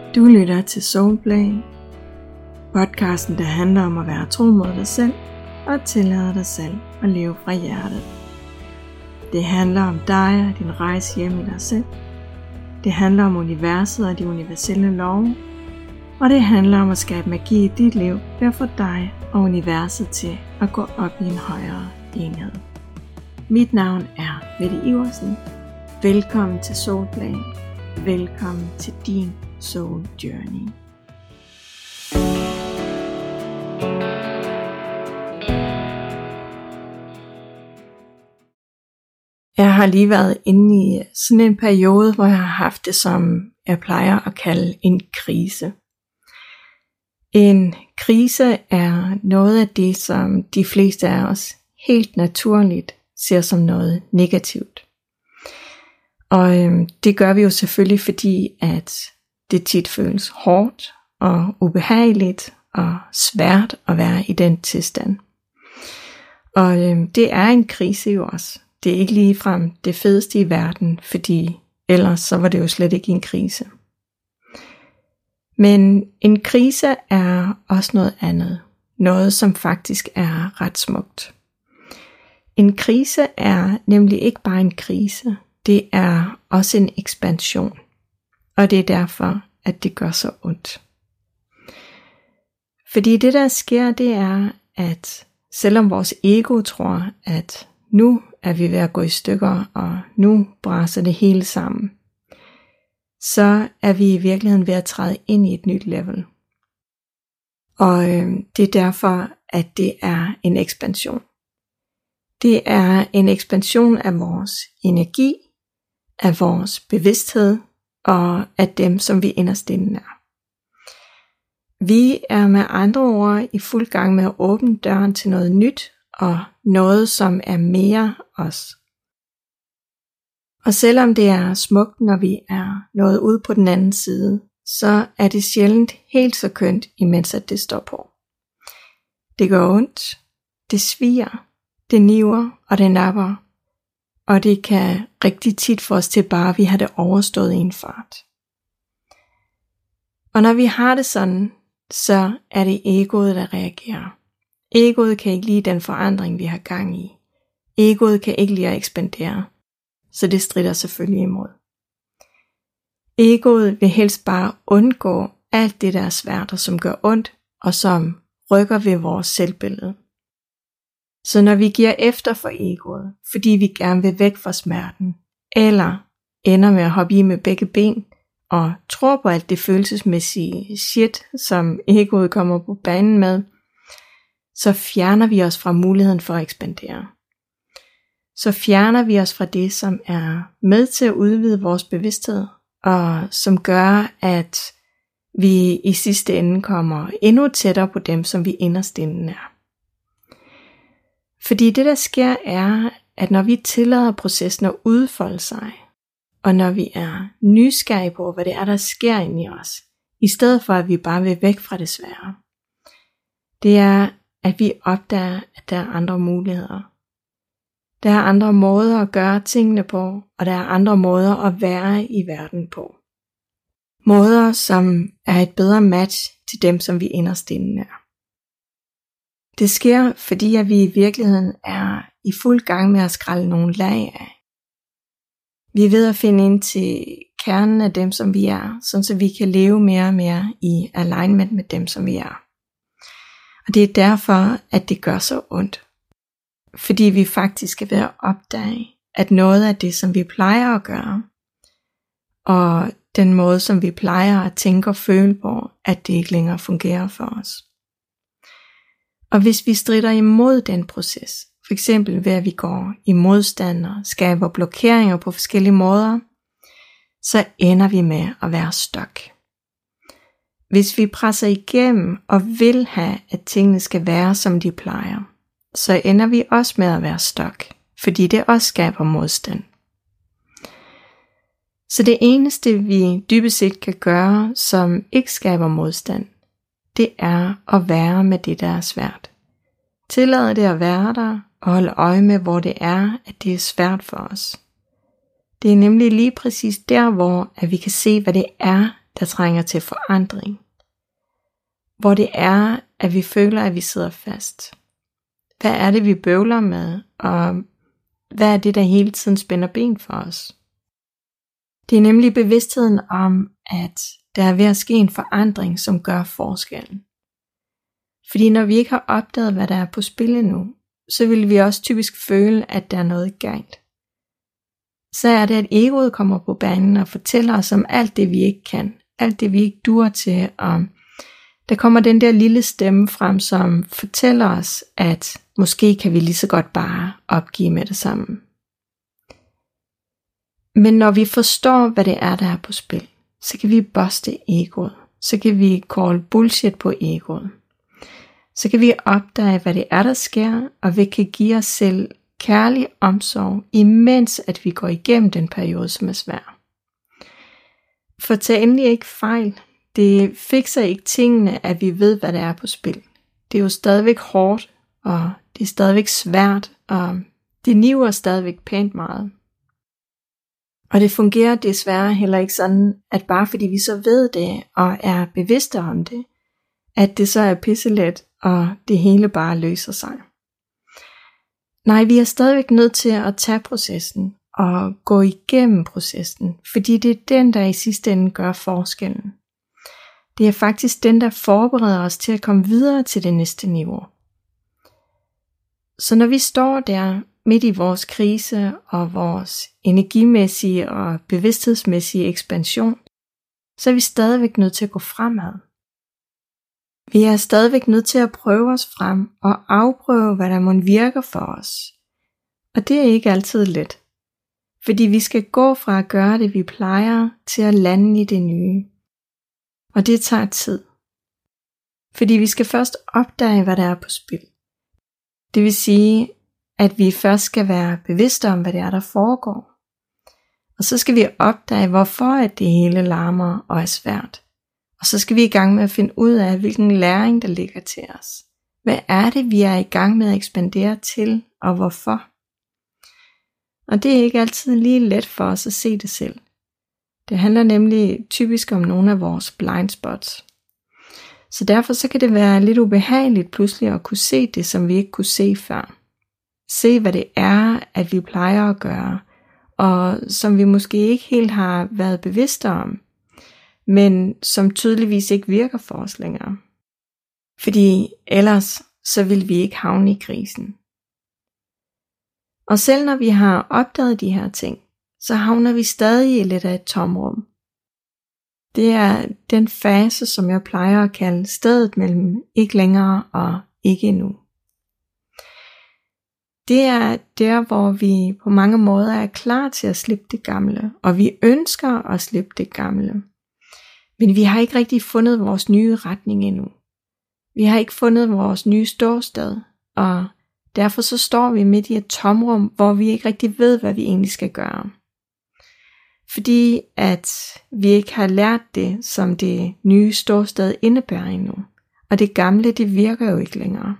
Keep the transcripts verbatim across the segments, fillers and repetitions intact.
Du lytter til Soulplay, podcasten der handler om at være tro mod dig selv og tillade dig selv at leve fra hjertet. Det handler om dig og din rejse hjem i dig selv. Det handler om universet og de universelle love. Og det handler om at skabe magi i dit liv ved at få dig og universet til at gå op i en højere enhed. Mit navn er Mette Iversen. Velkommen til Soulplay. Velkommen til din Soul Journey. Jeg har lige været inde i sådan en periode, hvor jeg har haft det, som jeg plejer at kalde en krise. En krise er noget af det, som de fleste af os helt naturligt ser som noget negativt. Og øhm, det gør vi jo selvfølgelig, fordi at det tit føles hårdt og ubehageligt og svært at være i den tilstand. Og øhm, det er en krise jo også. Det er ikke ligefrem det fedeste i verden, fordi ellers så var det jo slet ikke en krise. Men en krise er også noget andet. Noget som faktisk er ret smukt. En krise er nemlig ikke bare en krise. Det er også en ekspansion. Og det er derfor, at det gør så ondt. Fordi det der sker, det er, at selvom vores ego tror, at nu er vi ved at gå i stykker, og nu braser det hele sammen, så er vi i virkeligheden ved at træde ind i et nyt level. Og øh, det er derfor, at det er en ekspansion. Det er en ekspansion af vores energi, af vores bevidsthed og af dem, som vi inderst inde er. Vi er med andre ord i fuld gang med at åbne døren til noget nyt og noget, som er mere os. Og selvom det er smukt, når vi er nået ud på den anden side, så er det sjældent helt så kønt, imens at det står på. Det gør ondt, det sviger, det niver og det napper, og det kan rigtig tit få os til bare, at vi har det overstået i en fart. Og når vi har det sådan, så er det egoet, der reagerer. Egoet kan ikke lide den forandring, vi har gang i. Egoet kan ikke lide at ekspandere, så det strider selvfølgelig imod. Egoet vil helst bare undgå alt det, der er svært og som gør ondt, og som rykker ved vores selvbillede. Så når vi giver efter for egoet, fordi vi gerne vil væk fra smerten, eller ender med at hoppe i med begge ben, og tror på alt det følelsesmæssige shit, som egoet kommer på banen med, så fjerner vi os fra muligheden for at ekspandere. Så fjerner vi os fra det, som er med til at udvide vores bevidsthed, og som gør, at vi i sidste ende kommer endnu tættere på dem, som vi inderst inde er. Fordi det der sker er, at når vi tillader processen at udfolde sig, og når vi er nysgerrige på, hvad det er, der sker inde i os, i stedet for at vi bare vil væk fra det svære, det er, at vi opdager, at der er andre muligheder. Der er andre måder at gøre tingene på, og der er andre måder at være i verden på. Måder, som er et bedre match til dem, som vi inderst inde er. Det sker, fordi at vi i virkeligheden er i fuld gang med at skrælle nogle lag af. Vi er ved at finde ind til kernen af dem, som vi er, sådan så vi kan leve mere og mere i alignment med dem, som vi er. Og det er derfor, at det gør så ondt. Fordi vi faktisk er ved at opdage, at noget af det, som vi plejer at gøre, og den måde, som vi plejer at tænke og føle på, at det ikke længere fungerer for os. Og hvis vi strider imod den proces, for eksempel ved at vi går i modstand og skaber blokeringer på forskellige måder, så ender vi med at være stok. Hvis vi presser igennem og vil have, at tingene skal være, som de plejer, så ender vi også med at være stok, fordi det også skaber modstand. Så det eneste, vi dybest set kan gøre, som ikke skaber modstand, det er at være med det, der er svært. Tillade det at være der, og holde øje med, hvor det er, at det er svært for os. Det er nemlig lige præcis der, hvor at vi kan se, hvad det er, der trænger til forandring. Hvor det er, at vi føler, at vi sidder fast. Hvad er det, vi bøvler med, og hvad er det, der hele tiden spænder ben for os? Det er nemlig bevidstheden om, at der er ved at ske en forandring, som gør forskellen. Fordi når vi ikke har opdaget, hvad der er på spil endnu, så vil vi også typisk føle, at der er noget galt. Så er det, at egoet kommer på banen og fortæller os om alt det, vi ikke kan. Alt det, vi ikke duer til. Og der kommer den der lille stemme frem, som fortæller os, at måske kan vi lige så godt bare opgive med det samme. Men når vi forstår, hvad det er, der er på spil, så kan vi buste egoet. Så kan vi call bullshit på egoet. Så kan vi opdage, hvad det er, der sker, og vi kan give os selv kærlig omsorg, imens at vi går igennem den periode, som er svær. For tag endelig ikke fejl. Det fikser ikke tingene, at vi ved, hvad der er på spil. Det er jo stadigvæk hårdt, og det er stadigvæk svært, og det niver stadigvæk pænt meget. Og det fungerer desværre heller ikke sådan, at bare fordi vi så ved det, og er bevidste om det, at det så er pisselet, og det hele bare løser sig. Nej, vi er stadigvæk nødt til at tage processen, og gå igennem processen, fordi det er den, der i sidste ende gør forskellen. Det er faktisk den, der forbereder os til at komme videre til det næste niveau. Så når vi står der midt i vores krise og vores energimæssige og bevidsthedsmæssige ekspansion, så er vi stadigvæk nødt til at gå fremad. Vi er stadigvæk nødt til at prøve os frem og afprøve, hvad der må virke for os. Og det er ikke altid let. Fordi vi skal gå fra at gøre det, vi plejer, til at lande i det nye. Og det tager tid. Fordi vi skal først opdage, hvad der er på spil. Det vil sige, at vi først skal være bevidste om, hvad det er, der foregår. Og så skal vi opdage, hvorfor at det hele larmer og er svært. Og så skal vi i gang med at finde ud af, hvilken læring der ligger til os. Hvad er det, vi er i gang med at ekspandere til, og hvorfor? Og det er ikke altid lige let for os at se det selv. Det handler nemlig typisk om nogle af vores blind spots. Så derfor så kan det være lidt ubehageligt pludselig at kunne se det, som vi ikke kunne se før. Se hvad det er, at vi plejer at gøre, og som vi måske ikke helt har været bevidste om, men som tydeligvis ikke virker for os længere. Fordi ellers så vil vi ikke havne i krisen. Og selv når vi har opdaget de her ting, så havner vi stadig i lidt af et tomrum. Det er den fase, som jeg plejer at kalde stedet mellem ikke længere og ikke endnu. Det er der, hvor vi på mange måder er klar til at slippe det gamle, og vi ønsker at slippe det gamle. Men vi har ikke rigtig fundet vores nye retning endnu. Vi har ikke fundet vores nye ståsted, og derfor så står vi midt i et tomrum, hvor vi ikke rigtig ved, hvad vi egentlig skal gøre. Fordi at vi ikke har lært det, som det nye ståsted indebærer endnu. Og det gamle, det virker jo ikke længere.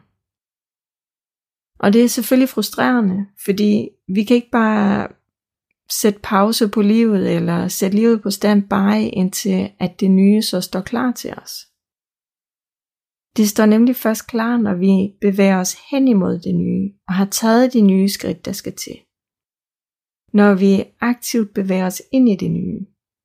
Og det er selvfølgelig frustrerende, fordi vi kan ikke bare sætte pause på livet, eller sætte livet på standby, indtil at det nye så står klar til os. Det står nemlig først klar, når vi bevæger os hen imod det nye, og har taget de nye skridt, der skal til. Når vi aktivt bevæger os ind i det nye.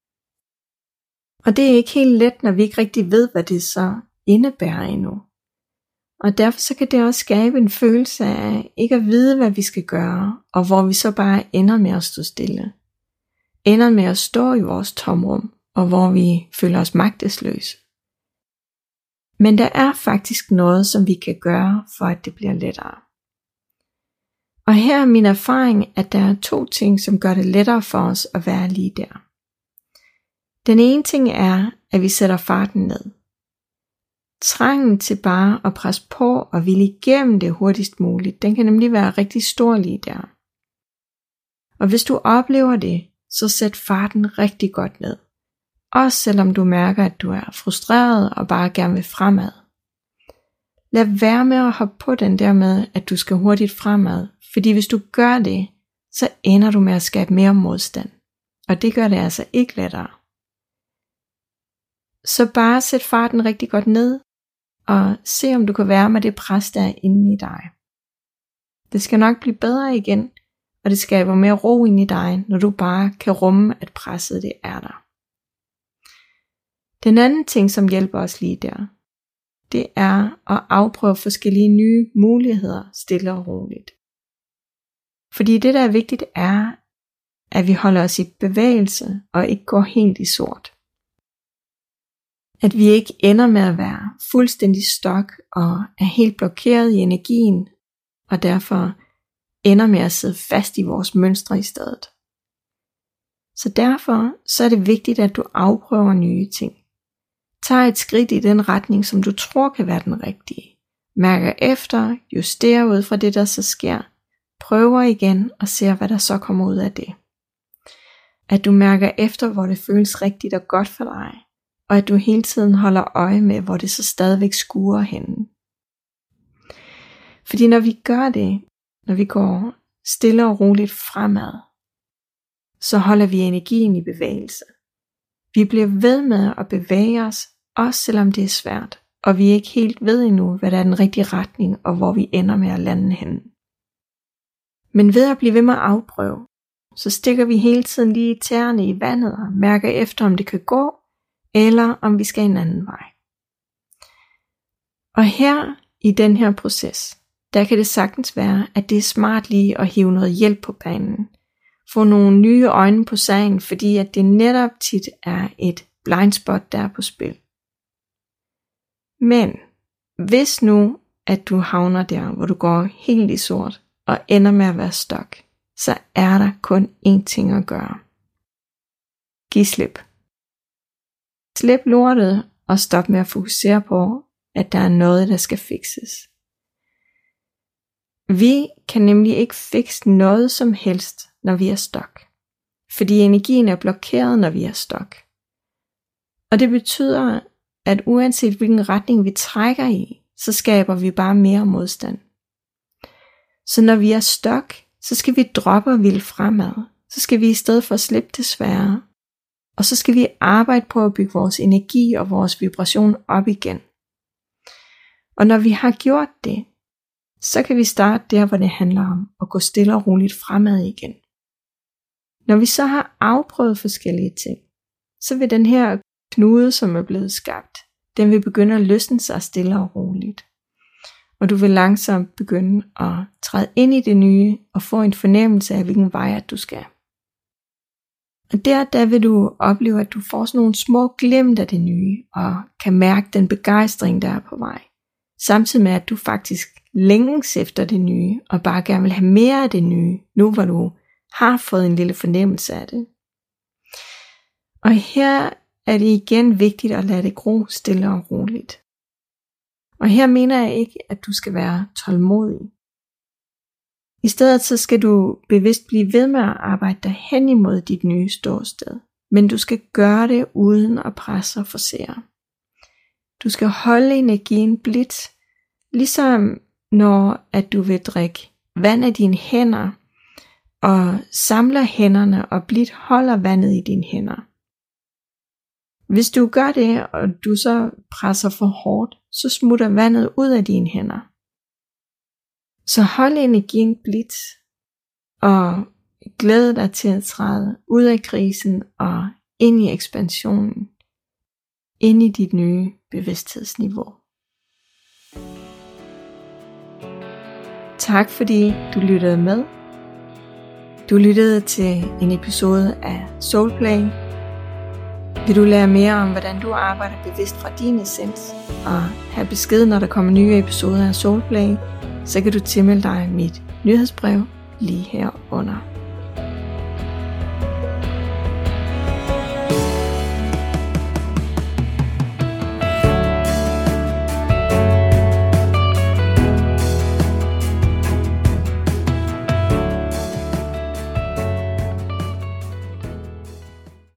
Og det er ikke helt let, når vi ikke rigtig ved, hvad det så indebærer endnu. Og derfor så kan det også skabe en følelse af ikke at vide, hvad vi skal gøre, og hvor vi så bare ender med at stå stille. Ender med at stå i vores tomrum, og hvor vi føler os magtesløse. Men der er faktisk noget, som vi kan gøre, for at det bliver lettere. Og her er min erfaring, at der er to ting, som gør det lettere for os at være lige der. Den ene ting er, at vi sætter farten ned. Trangen til bare at presse på og ville igennem det hurtigst muligt, den kan nemlig være rigtig stor lige der. Og hvis du oplever det, så sæt farten rigtig godt ned. Også selvom du mærker, at du er frustreret og bare gerne vil fremad. Lad være med at hoppe på den der med, at du skal hurtigt fremad, fordi hvis du gør det, så ender du med at skabe mere modstand. Og det gør det altså ikke lettere. Så bare sæt farten rigtig godt ned, og se om du kan være med det pres, der er inde i dig. Det skal nok blive bedre igen, og det skaber mere ro ind i dig, når du bare kan rumme, at presset det er der. Den anden ting, som hjælper os lige der, det er at afprøve forskellige nye muligheder stille og roligt. Fordi det, der er vigtigt, er, at vi holder os i bevægelse og ikke går helt i sort. At vi ikke ender med at være fuldstændig stok og er helt blokeret i energien, og derfor ender med at sidde fast i vores mønstre i stedet. Så derfor så er det vigtigt, at du afprøver nye ting. Tag et skridt i den retning, som du tror kan være den rigtige. Mærker efter, justerer ud fra det, der så sker. Prøver igen og ser, hvad der så kommer ud af det. At du mærker efter, hvor det føles rigtigt og godt for dig, og at du hele tiden holder øje med, hvor det så stadigvæk skuer henne. Fordi når vi gør det, når vi går stille og roligt fremad, så holder vi energien i bevægelse. Vi bliver ved med at bevæge os, også selvom det er svært, og vi er ikke helt ved endnu, hvad der er den rigtige retning, og hvor vi ender med at lande henne. Men ved at blive ved med at afprøve, så stikker vi hele tiden lige tæerne i vandet og mærker efter, om det kan gå, eller om vi skal en anden vej. Og her i den her proces, der kan det sagtens være, at det er smart lige at hive noget hjælp på banen. Få nogle nye øjne på sagen, fordi at det netop tit er et blindspot, der er på spil. Men hvis nu, at du havner der, hvor du går helt i sort og ender med at være stok, så er der kun én ting at gøre. Giv slip. Slip lortet og stop med at fokusere på, at der er noget, der skal fikses. Vi kan nemlig ikke fikse noget som helst, når vi er stok. Fordi energien er blokeret, når vi er stok. Og det betyder, at uanset hvilken retning vi trækker i, så skaber vi bare mere modstand. Så når vi er stok, så skal vi droppe og ville fremad. Så skal vi i stedet for slippe det svære. Og så skal vi arbejde på at bygge vores energi og vores vibration op igen. Og når vi har gjort det, så kan vi starte der, hvor det handler om at gå stille og roligt fremad igen. Når vi så har afprøvet forskellige ting, så vil den her knude, som er blevet skabt, den vil begynde at løsne sig stille og roligt. Og du vil langsomt begynde at træde ind i det nye og få en fornemmelse af, hvilken vej at du skal. Og der, der vil du opleve, at du får sådan nogle små glimt af det nye, og kan mærke den begejstring, der er på vej. Samtidig med, at du faktisk længes efter det nye, og bare gerne vil have mere af det nye, nu hvor du har fået en lille fornemmelse af det. Og her er det igen vigtigt at lade det gro stille og roligt. Og her mener jeg ikke, at du skal være tålmodig. I stedet så skal du bevidst blive ved med at arbejde dig hen imod dit nye ståsted. Men du skal gøre det uden at presse og forcere. Du skal holde energien blidt, ligesom når at du vil drikke vand af dine hænder, og samler hænderne og blidt holder vandet i dine hænder. Hvis du gør det, og du så presser for hårdt, så smutter vandet ud af dine hænder. Så hold energien blidt, og glæd dig til at træde ud af krisen og ind i ekspansionen, ind i dit nye bevidsthedsniveau. Tak fordi du lyttede med. Du lyttede til en episode af Soulplay. Vil du lære mere om, hvordan du arbejder bevidst fra din essens, og have besked, når der kommer nye episoder af Soulplay, så kan du tilmelde dig mit nyhedsbrev lige herunder.